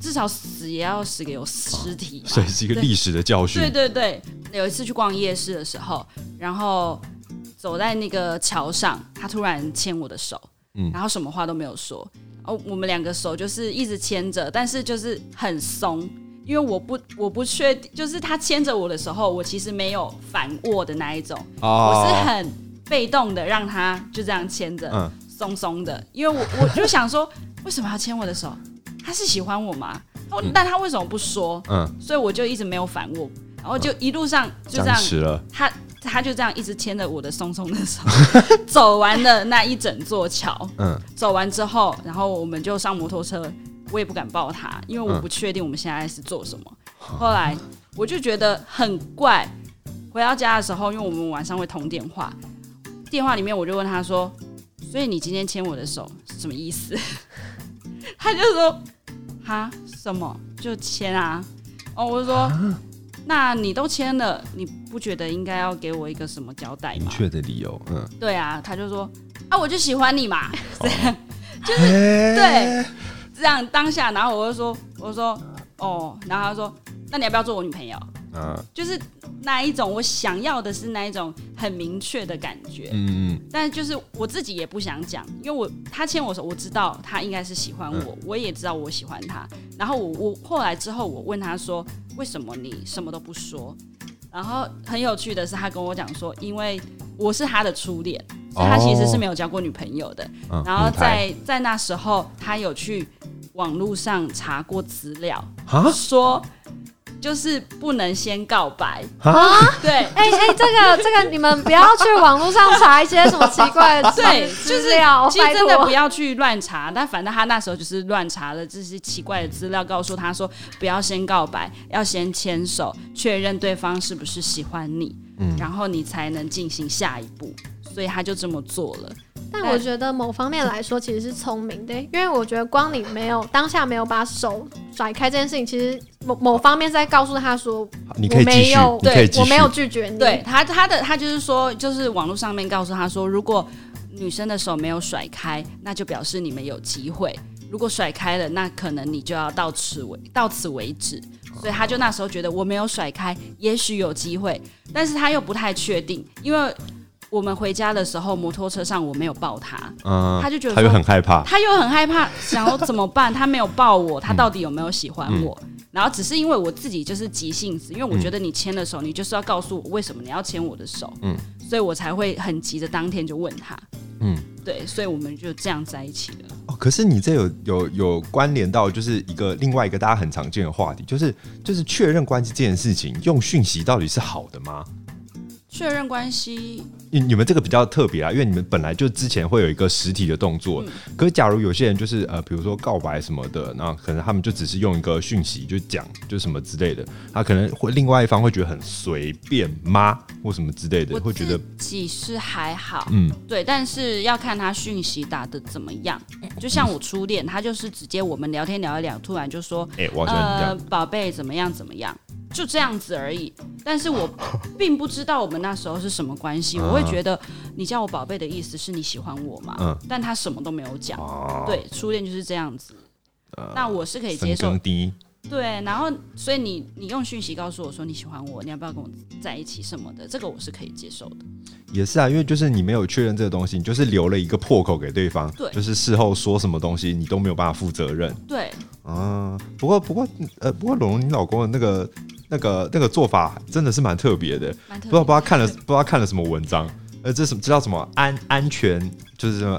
Speaker 1: 至少死也要死给有尸体嘛，
Speaker 3: 所以是一个历史的教训。
Speaker 1: 对对对，有一次去逛夜市的时候，然后走在那个桥上，他突然牵我的手，然后什么话都没有说，我们两个手就是一直牵着，但是就是很松。因为我不确定，就是他牵着我的时候，我其实没有反握的那一种，我是很被动的让他就这样牵着，松松的。因为我就想说，为什么要牵我的手？他是喜欢我吗？但他为什么不说？所以我就一直没有反握，然后就一路上就这样，他就这样一直牵着我的松松的手，走完了那一整座桥。走完之后，然后我们就上摩托车。我也不敢抱他，因为我不确定我们现在是做什么。后来我就觉得很怪。回到家的时候，因为我们晚上会通电话，电话里面我就问他说：“所以你今天牵我的手是什么意思？”他就说：“哈，什么就牵啊？”我就说：“那你都牵了，你不觉得应该要给我一个什么交代吗？
Speaker 3: 明确的理由。”
Speaker 1: 对啊，他就说：“我就喜欢你嘛。”这样就是对。这样当下，然后我就说然后他说，那你要不要做我女朋友？就是那一种我想要的是那一种很明确的感觉。但就是我自己也不想讲，因为他牵我手，我知道他应该是喜欢我，我也知道我喜欢他。然后我后来之后，我问他说，为什么你什么都不说？然后很有趣的是，他跟我讲说，因为我是他的初恋，所以他其实是没有交过女朋友的。然后在那时候，他有去网络上查过资料，说就是不能先告白对，
Speaker 2: 这个你们不要去网络上查一些什么奇怪的资料，
Speaker 1: 其实真的不要去乱查。但反正他那时候就是乱查了这些奇怪的资料，告诉他说不要先告白，要先牵手，确认对方是不是喜欢你，然后你才能进行下一步。所以他就这么做了。
Speaker 2: 但我觉得某方面来说其实是聪明的，因为我觉得光你当下没有把手甩开这件事情，其实某方面是在告诉他说，
Speaker 3: 你可以继续，
Speaker 2: 我没有拒绝你。
Speaker 1: 对他就是说，就是网络上面告诉他说，如果女生的手没有甩开，那就表示你们有机会；如果甩开了，那可能你就要到此为止。所以他就那时候觉得我没有甩开，也许有机会，但是他又不太确定，因为我们回家的时候，摩托车上我没有抱他，他就觉得
Speaker 3: 他又很害怕，
Speaker 1: 想要怎么办？他没有抱我，他到底有没有喜欢我？然后只是因为我自己就是急性子，因为我觉得你牵了手，你就是要告诉我为什么你要牵我的手，所以我才会很急的当天就问他，对，所以我们就这样在一起了。
Speaker 3: 可是你这有关联到就是另外一个大家很常见的话题，就是确认关系这件事情，用讯息到底是好的吗？
Speaker 1: 确认关系，
Speaker 3: 你们这个比较特别啊，因为你们本来就之前会有一个实体的动作，可是假如有些人就是比如说告白什么的，那可能他们就只是用一个讯息就讲就什么之类的，他可能会另外一方会觉得很随便吗，或什么之类的，会觉得
Speaker 1: 自己是还好，对，但是要看他讯息打得怎么样。就像我初恋，他就是直接我们聊天聊一聊，突然就说，
Speaker 3: 我喜欢你这样，
Speaker 1: 宝贝怎么样怎么样。就这样子而已，但是我并不知道我们那时候是什么关系。我会觉得你叫我宝贝的意思是你喜欢我嘛？但他什么都没有讲。对，初恋就是这样子。那我是可以接受。对，然后所以你用讯息告诉我说你喜欢我，你要不要跟我在一起什么的，这个我是可以接受的。
Speaker 3: 也是啊，因为就是你没有确认这个东西，你就是留了一个破口给对方，对，就是事后说什么东西你都没有办法负责任。对，不过龙龙，你老公的那个做法真的是蛮特别的，不知道看了什么文章，这叫什么安全，就是什么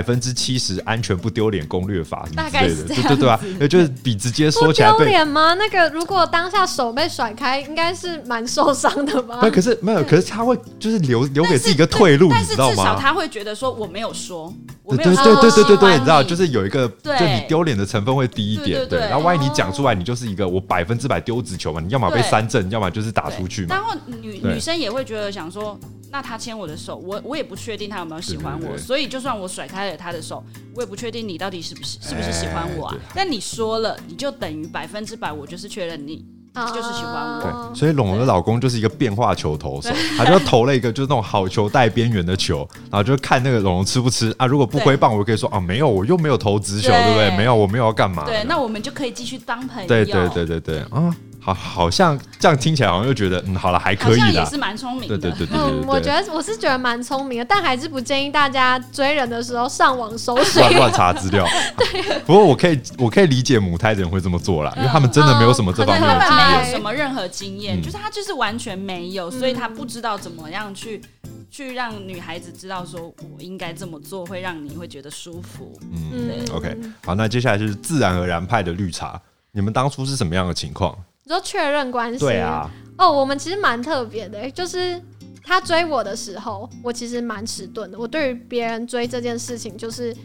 Speaker 3: 70%安全不丢脸攻略法什么之类的，对吧？就是比直接说起来
Speaker 2: 不丢脸吗？那个如果当下手被甩开，应该是蛮受伤的吧？
Speaker 3: 可是没有，可是他会就是留给自己一个退路，你知道吗？
Speaker 1: 但是至少他会觉得说我没有说，
Speaker 3: 对，你知道，就是有一个，就你丢脸的成分会低一点，对。然后万一你讲出来，你就是一个我100%丢直球嘛，你要么被三振，要么就是打出去嘛。
Speaker 1: 然后女生也会觉得想说，那他牵我的手，我也不确定他有没有喜欢我，所以就算我甩开了他的手，我也不确定你到底是不是喜欢我啊。但你说了，你就等于100%，我就是确认你就是喜欢我。
Speaker 3: 对，所以龙龙的老公就是一个变化球投手，他就投了一个就是那种好球带边缘的球，然后就看那个龙龙吃不吃啊。如果不挥棒，我就可以说啊，没有，我又没有投直球，对不对？没有，我没有要干嘛。
Speaker 1: 对，那我们就可以继续当朋友。
Speaker 3: 对啊。好像这样听起来好像就觉得好了，还可以啦，
Speaker 1: 好像也是蛮聪明的。
Speaker 3: 对，
Speaker 2: 我是觉得蛮聪明的，但还是不建议大家追人的时候上网搜寻
Speaker 3: 乱查资料。对，不过我可以理解母胎的人会这么做啦，因为他们真的没有什么这方面的经验，
Speaker 1: 没有什么任何经验，就是他就是完全没有，所以他不知道怎么样去让女孩子知道说我应该这么做会让你会觉得舒服。对
Speaker 3: ，OK， 好，那接下来就是自然而然派的绿茶，你们当初是什么样的情况？
Speaker 2: 你说确认关系？
Speaker 3: 对啊。
Speaker 2: 我们其实蛮特别的，就是他追我的时候，我其实蛮迟钝的。我对于别人追这件事情，就是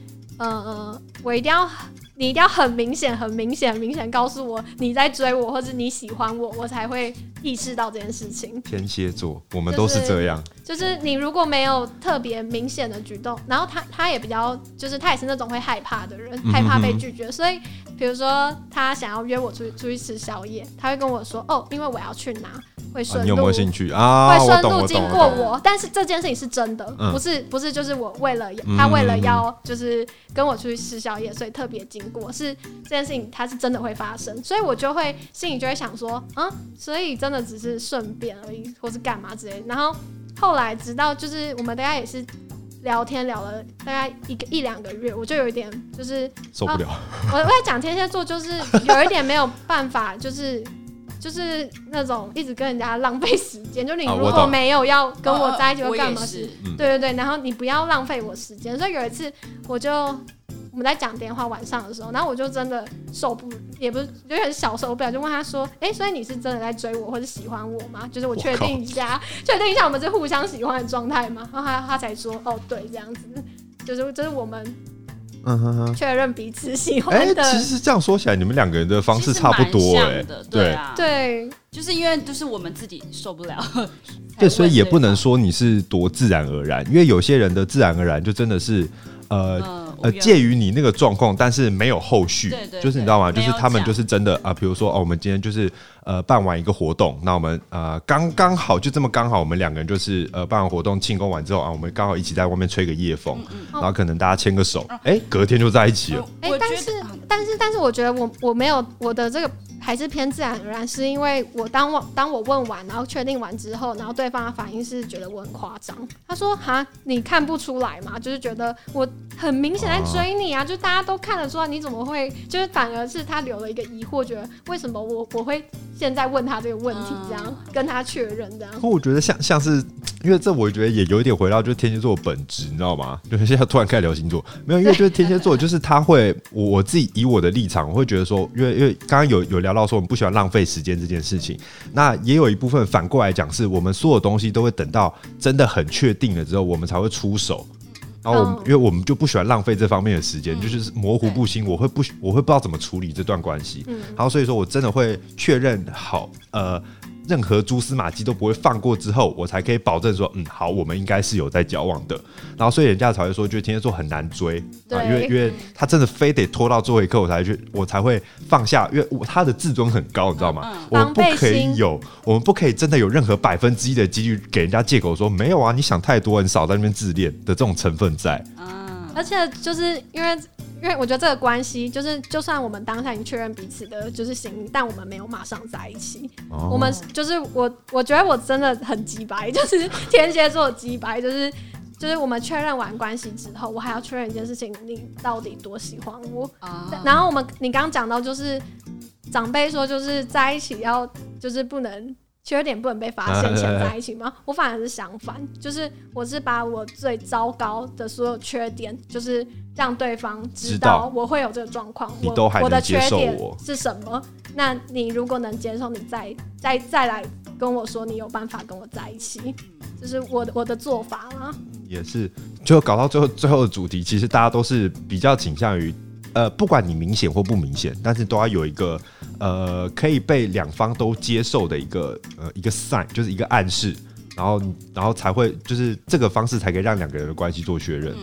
Speaker 2: 你一定要很明显告诉我你在追我，或者你喜欢我，我才会意识到这件事情。
Speaker 3: 天蝎座，我们都是这样。
Speaker 2: 就是你如果没有特别明显的举动，然后他也比较，就是他也是那种会害怕的人，害怕被拒绝，所以比如说他想要约我出去吃宵夜，他会跟我说因为我要去拿，会顺路，
Speaker 3: 你有没有兴趣啊？
Speaker 2: 会顺路经过我，但是这件事情是真的，不是就是我为了要就是跟我出去吃宵夜，所以特别经过，是这件事情它是真的会发生，所以我就会心里就会想说，所以真的只是顺便而已，或是干嘛之类的。然后后来直到就是我们大概也是聊天聊了大概一两个月，我就有一点就是
Speaker 3: 受不了。
Speaker 2: 我在讲天蝎座，就是有一点没有办法，就是那种一直跟人家浪费时间，就你如果没有要跟我在一起，干嘛事？对，然后你不要浪费我时间。所以有一次我们在讲电话晚上的时候，然后我就真的也不是有点小受不了，就问他说：“所以你是真的在追我或者喜欢我吗？就是我确定一下我们是互相喜欢的状态吗？”然后他才说：“对，这样子，就是我们。”确认彼此喜欢的。
Speaker 3: 其实这样说起来，你们两个人的方式差不多
Speaker 1: 对，就是因为就是我们自己受不了。
Speaker 3: 对，所以也不能说你是多自然而然，因为有些人的自然而然就真的是介于你那个状况，但是没有后续，就是你知道吗？就是他们就是真的比如说我们今天就是办完一个活动，那我们刚好就这么刚好，我们两个人就是办完活动庆功完之后我们刚好一起在外面吹个夜风，然后可能大家牵个手，隔天就在一起了。
Speaker 2: 但是我觉得我没有我的这个还是偏自然而然，是因为当我问完，然后确定完之后，然后对方的反应是觉得我很夸张。他说：“哈，你看不出来吗？就是觉得我很明显在追你啊，就大家都看得出来，你怎么会？就是反而是他留了一个疑惑，觉得为什么我会现在问他这个问题，这样跟他确认这样。”
Speaker 3: 我觉得像是因为这，我觉得也有一点回到就是天蝎座的本质，你知道吗？就是现在突然开始聊星座，没有，因为就是天蝎座，就是他会我自己以我的立场，我会觉得说，因为刚刚有聊到说我们不喜欢浪费时间这件事情，那也有一部分反过来讲，是我们所有东西都会等到真的很确定了之后，我们才会出手。然后因为我们就不喜欢浪费这方面的时间，就是模糊不清，我会不知道怎么处理这段关系。然后所以说我真的会确认好，任何蛛丝马迹都不会放过之后，我才可以保证说，好，我们应该是有在交往的。然后所以人家才会说，觉得天蝎座很难追因为他真的非得拖到最后一刻，我才会放下，因为他的自尊很高，你知道吗？我们不可以真的有任何1%的几率给人家借口说没有啊，你想太多，你少在那边自恋的这种成分在。
Speaker 2: 而且就是因为我觉得这个关系就算我们当下已经确认彼此的就是心意，但我们没有马上在一起。我们就是我觉得我真的很鸡掰，就是天蝎座鸡掰，就是我们确认完关系之后，我还要确认一件事情，你到底多喜欢我。然后你刚刚讲到就是长辈说就是在一起要就是不能缺点不能被发现前在一起吗？我反而是相反，就是我是把我最糟糕的所有缺点，就是让对方知道我会有这个状况，我的缺点是什么。那你如果能接受，你再来跟我说你有办法跟我在一起，这是我的做法啦。
Speaker 3: 也是，就搞到最后的主题，其实大家都是比较倾向于。不管你明显或不明显，但是都要有一个可以被两方都接受的一个 sign， 就是一个暗示，然后才会就是这个方式才可以让两个人的关系做确认。你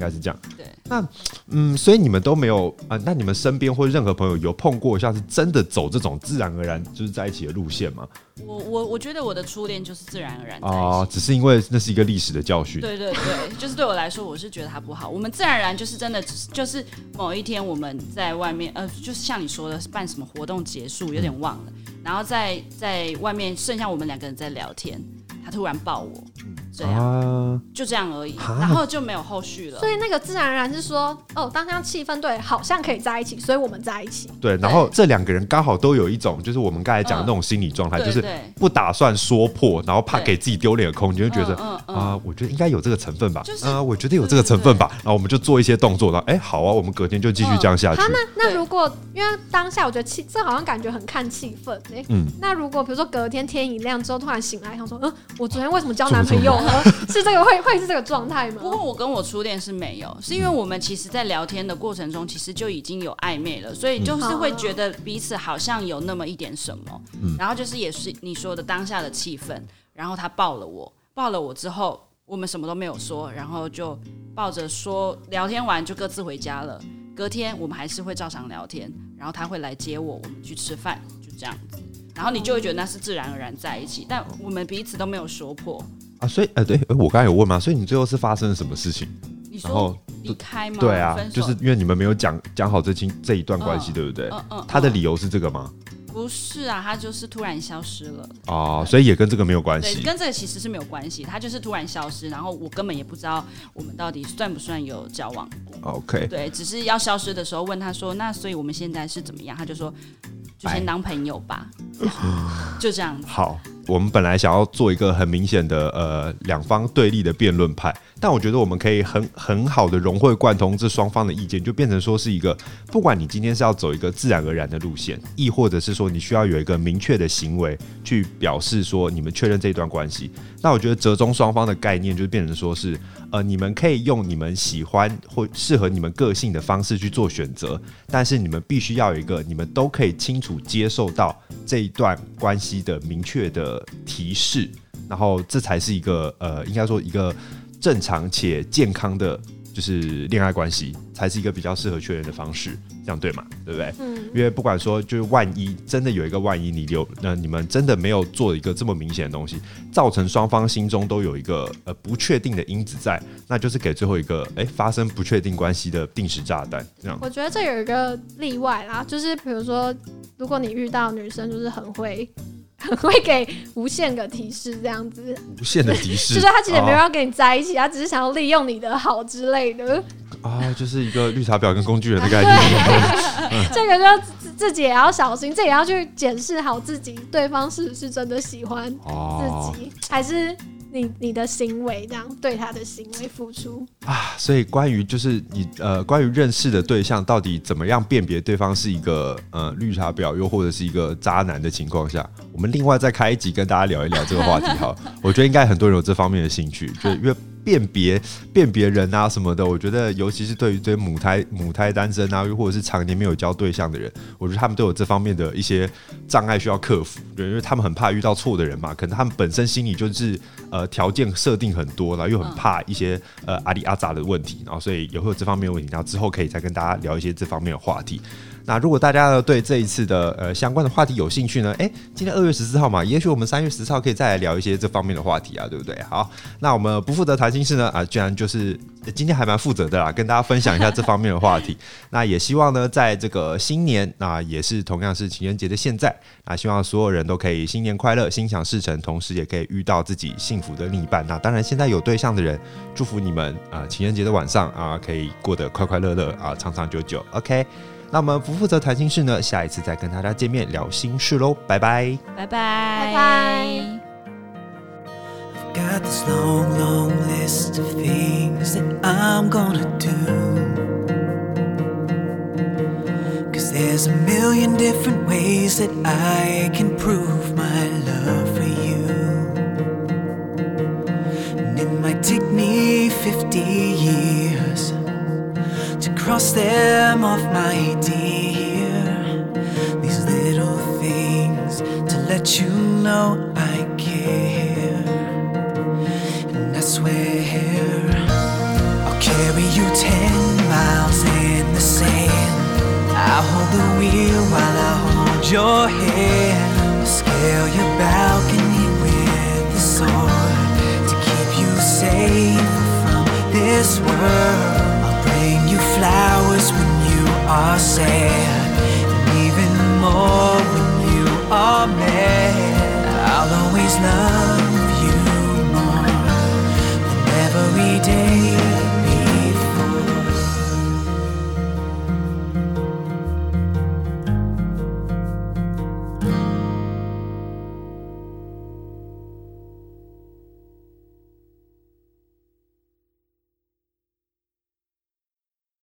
Speaker 3: 该是这样。
Speaker 1: 对，
Speaker 3: 那所以你们都没有那你们身边或任何朋友有碰过像是真的走这种自然而然就是在一起的路线吗？
Speaker 1: 我觉得我的初恋就是自然而然在一起，
Speaker 3: 只是因为那是一个历史的教训。
Speaker 1: 对对对，就是对我来说，我是觉得它不好。我们自然而然就是真的，就是某一天我们在外面，就是像你说的，办什么活动结束，有点忘了，然后在外面剩下我们2个人在聊天，他突然抱我。这样就这样而已，然后就没有后续了。
Speaker 2: 所以那个自然而然是说，当下气氛对，好像可以在一起，所以我们在一起。
Speaker 3: 对，然后这2个人刚好都有一种，就是我们刚才讲的那种心理状态，就是不打算说破，然后怕给自己丢脸的空间，就觉得我觉得应该有这个成分吧，我觉得有这个成分吧，然后我们就做一些动作，然后好啊，我们隔天就继续这样下去。
Speaker 2: 那如果因为当下我觉得这好像感觉很看气氛那如果比如说隔天天一亮之后突然醒来，想说我昨天为什么交男朋友？是这个会是这个状态吗？
Speaker 1: 不过我跟我初恋是没有，是因为我们其实在聊天的过程中，其实就已经有暧昧了，所以就是会觉得彼此好像有那么一点什么，然后就是也是你说的当下的气氛，然后他抱了我之后，我们什么都没有说，然后就抱着说聊天完就各自回家了。隔天我们还是会照常聊天，然后他会来接我，我们去吃饭，就这样子。然后你就会觉得那是自然而然在一起，但我们彼此都没有说破。
Speaker 3: 所以对，我刚才有问嘛，所以你最后是发生了什么事情？
Speaker 1: 你说离开吗？
Speaker 3: 对啊，就是因为你们没有讲好这一段关系，对不对？他的理由是这个吗？
Speaker 1: 不是啊，他就是突然消失了。
Speaker 3: 所以也跟这个没有关系。
Speaker 1: 对，跟这个其实是没有关系，他就是突然消失，然后我根本也不知道我们到底算不算有交往过。
Speaker 3: OK，
Speaker 1: 对，只是要消失的时候问他说，那所以我们现在是怎么样？他就说，就先当朋友吧，就这样子。
Speaker 3: 好。我们本来想要做一个很明显的2方对立的辩论派，但我觉得我们可以很好的融会贯通这双方的意见，就变成说是一个，不管你今天是要走一个自然而然的路线，亦或者是说你需要有一个明确的行为去表示说你们确认这一段关系，那我觉得折中双方的概念就变成说是你们可以用你们喜欢或适合你们个性的方式去做选择，但是你们必须要有一个你们都可以清楚接受到这一段关系的明确的提示，然后这才是一个应该说一个正常且健康的就是恋爱关系，才是一个比较适合确认的方式，这样对吗？对不对？因为不管说就是万一真的有一个万一你们真的没有做一个这么明显的东西，造成双方心中都有一个不确定的因子在，那就是给最后一个发生不确定关系的定时炸弹。这样，
Speaker 2: 我觉得这有一个例外啦，就是比如说，如果你遇到女生就是很会给无限个提示，这样子。无
Speaker 3: 限的提示，
Speaker 2: 就是他其实没有要跟你在一起，他只是想要利用你的好之类的。
Speaker 3: 就是一个绿茶婊跟工具人的概念。
Speaker 2: 这个就自己也要小心，这也要去检视好自己，对方是不是真的喜欢自己，还是你的行为这样对他的行为付出
Speaker 3: 所以关于就是关于认识的对象到底怎么样辨别对方是一个绿茶婊又或者是一个渣男的情况下，我们另外再开一集跟大家聊一聊这个话题好。我觉得应该很多人有这方面的兴趣，就因为辨别人啊什么的，我觉得尤其是对于这些母胎单身啊，又或者是常年没有交对象的人，我觉得他们都有这方面的一些障碍需要克服，因为他们很怕遇到错的人嘛，可能他们本身心里就是条件设定很多，然后又很怕一些阿里阿杂的问题，然后所以也会有这方面的问题，然后之后可以再跟大家聊一些这方面的话题。那如果大家呢对这一次的相关的话题有兴趣呢，今天2月14号嘛，也许我们3月10号可以再来聊一些这方面的话题啊，对不对？好，那我们不负责谈心事呢居然就是今天还蛮负责的啦，跟大家分享一下这方面的话题。那也希望呢，在这个新年，那也是同样是情人节的现在，那希望所有人都可以新年快乐，心想事成，同时也可以遇到自己幸福的另一半。那当然，现在有对象的人，祝福你们情人节的晚上可以过得快快乐乐长长久久。OK。那我们不负责谈心事呢，下一次再跟大家见面聊心事咯，拜拜，
Speaker 1: 拜拜，
Speaker 2: 拜拜。
Speaker 4: I've got this long, long list of things that I'm gonna do, 'cause there's a million different ways that I can prove my love for you. And it might take me 50 years to cross them off, my dear. These little things to let you know I care. And I swear I'll carry you 10 miles in the sand. I'll hold the wheel while I hold your hand. I'll scale your balcony with the sword to keep you safe from this world. I'll bring you flowers when you are sad, and even more when you are mad. I'll always love